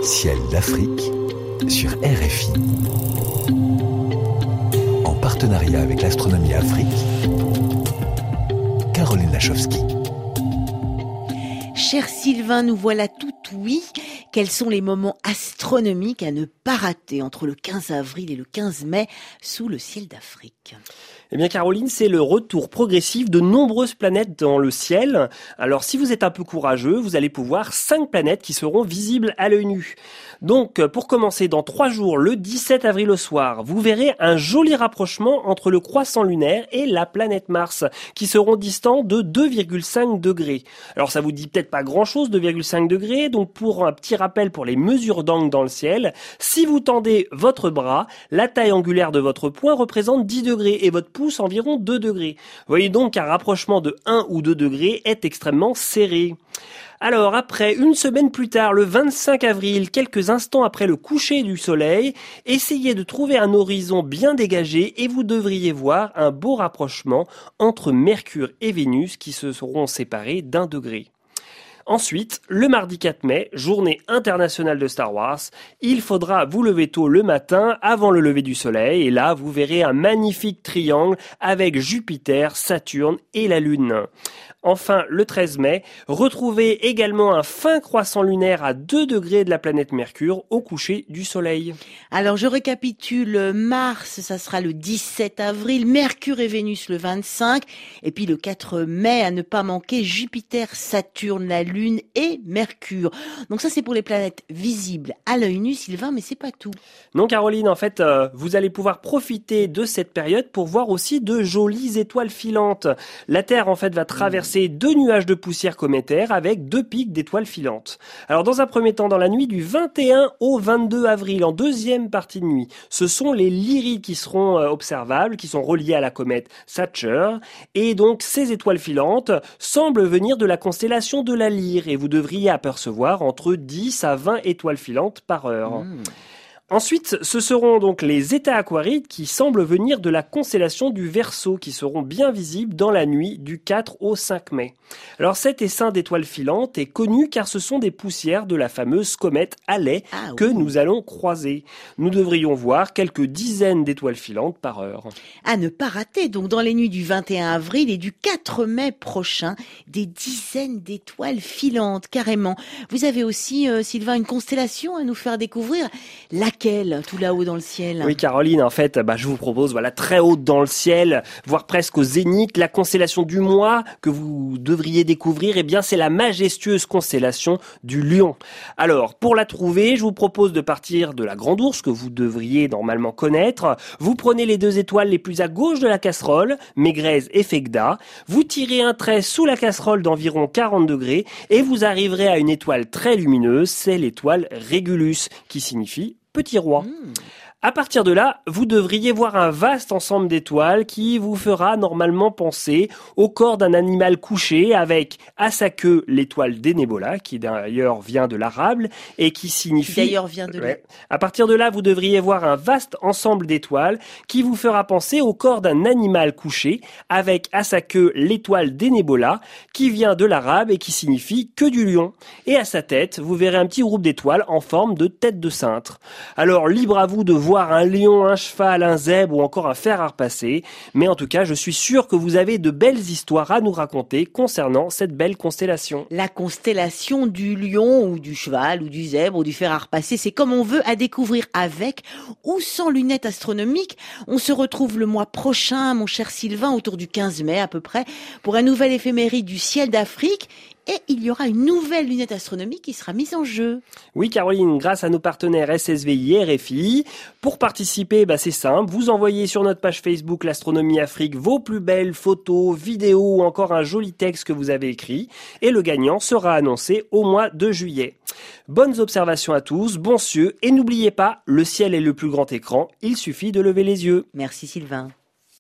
Ciel d'Afrique sur RFI. En partenariat avec l'Astronomie Afrique, Caroline Lachowski. Cher Sylvain, nous voilà tout oui. Quels sont les moments astronomiques à ne pas rater entre le 15 avril et le 15 mai sous le ciel d'Afrique ? Eh bien Caroline, c'est le retour progressif de nombreuses planètes dans le ciel. Alors si vous êtes un peu courageux, vous allez pouvoir 5 planètes qui seront visibles à l'œil nu. Donc pour commencer, dans 3 jours, le 17 avril au soir, vous verrez un joli rapprochement entre le croissant lunaire et la planète Mars, qui seront distants de 2,5 degrés. Alors ça vous dit peut-être pas grand-chose, 2,5 degrés, donc pour un petit rappel pour les mesures d'angle dans le ciel, si vous tendez votre bras, la taille angulaire de votre poing représente 10 degrés et votre pouce environ 2 degrés. Vous voyez donc qu'un rapprochement de 1 ou 2 degrés est extrêmement serré. Alors après, une semaine plus tard, le 25 avril, quelques instants après le coucher du soleil, essayez de trouver un horizon bien dégagé et vous devriez voir un beau rapprochement entre Mercure et Vénus qui se seront séparés d'1 degré. Ensuite, le mardi 4 mai, journée internationale de Star Wars, il faudra vous lever tôt le matin avant le lever du soleil et là vous verrez un magnifique triangle avec Jupiter, Saturne et la Lune. Enfin, le 13 mai, retrouvez également un fin croissant lunaire à 2 degrés de la planète Mercure au coucher du soleil. Alors je récapitule, Mars, ça sera le 17 avril, Mercure et Vénus le 25, et puis le 4 mai, à ne pas manquer, Jupiter, Saturne, la Lune et Mercure. Donc ça c'est pour les planètes visibles à l'œil nu, Sylvain, mais c'est pas tout. Non Caroline, en fait, vous allez pouvoir profiter de cette période pour voir aussi de jolies étoiles filantes. La Terre en fait va traverser 2 nuages de poussière cométaire avec 2 pics d'étoiles filantes. Alors dans un premier temps, dans la nuit du 21 au 22 avril, en deuxième partie de nuit, ce sont les Lyrides qui seront observables, qui sont reliés à la comète Sacher. Et donc ces étoiles filantes semblent venir de la constellation de la Lyre et vous devriez apercevoir entre 10 à 20 étoiles filantes par heure. Ensuite, ce seront donc les Eta Aquarides qui semblent venir de la constellation du Verseau qui seront bien visibles dans la nuit du 4 au 5 mai. Alors cet essaim d'étoiles filantes est connu car ce sont des poussières de la fameuse comète Halley que nous allons croiser. Nous devrions voir quelques dizaines d'étoiles filantes par heure. À ne pas rater, donc dans les nuits du 21 avril et du 4 mai prochain, des dizaines d'étoiles filantes, carrément. Vous avez aussi, Sylvain, une constellation à nous faire découvrir. Laquelle, tout là-haut dans le ciel ? Oui, Caroline, en fait, je vous propose, très haute dans le ciel, voire presque au zénith, la constellation du mois que vous devriez découvrir, c'est la majestueuse constellation du Lion. Alors, pour la trouver, je vous propose de partir de la Grande Ourse, que vous devriez normalement connaître. Vous prenez les 2 étoiles les plus à gauche de la casserole, Mégrez et Phegda. Vous tirez un trait sous la casserole d'environ 40 degrés et vous arriverez à une étoile très lumineuse, c'est l'étoile Régulus, qui signifie Petit Roi. À partir de là, vous devriez voir un vaste ensemble d'étoiles qui vous fera normalement penser au corps d'un animal couché avec à sa queue l'étoile d'Enebola, qui d'ailleurs vient de l'arabe et qui signifie... D'ailleurs vient de là. À partir de là, vous devriez voir un vaste ensemble d'étoiles qui vous fera penser au corps d'un animal couché avec à sa queue l'étoile d'Enebola, qui vient de l'arabe et qui signifie queue du lion. Et à sa tête, vous verrez un petit groupe d'étoiles en forme de tête de cintre. Alors, libre à vous de voir un lion, un cheval, un zèbre ou encore un fer à repasser. Mais en tout cas, je suis sûr que vous avez de belles histoires à nous raconter concernant cette belle constellation. La constellation du lion ou du cheval ou du zèbre ou du fer à repasser, c'est comme on veut, à découvrir avec ou sans lunettes astronomiques. On se retrouve le mois prochain, mon cher Sylvain, autour du 15 mai à peu près, pour un nouvel éphéméride du ciel d'Afrique. Et il y aura une nouvelle lunette astronomique qui sera mise en jeu. Oui, Caroline, grâce à nos partenaires SSVI et RFI. Pour participer, c'est simple. Vous envoyez sur notre page Facebook l'Astronomie Afrique vos plus belles photos, vidéos ou encore un joli texte que vous avez écrit. Et le gagnant sera annoncé au mois de juillet. Bonnes observations à tous, bons cieux. Et n'oubliez pas, le ciel est le plus grand écran. Il suffit de lever les yeux. Merci Sylvain.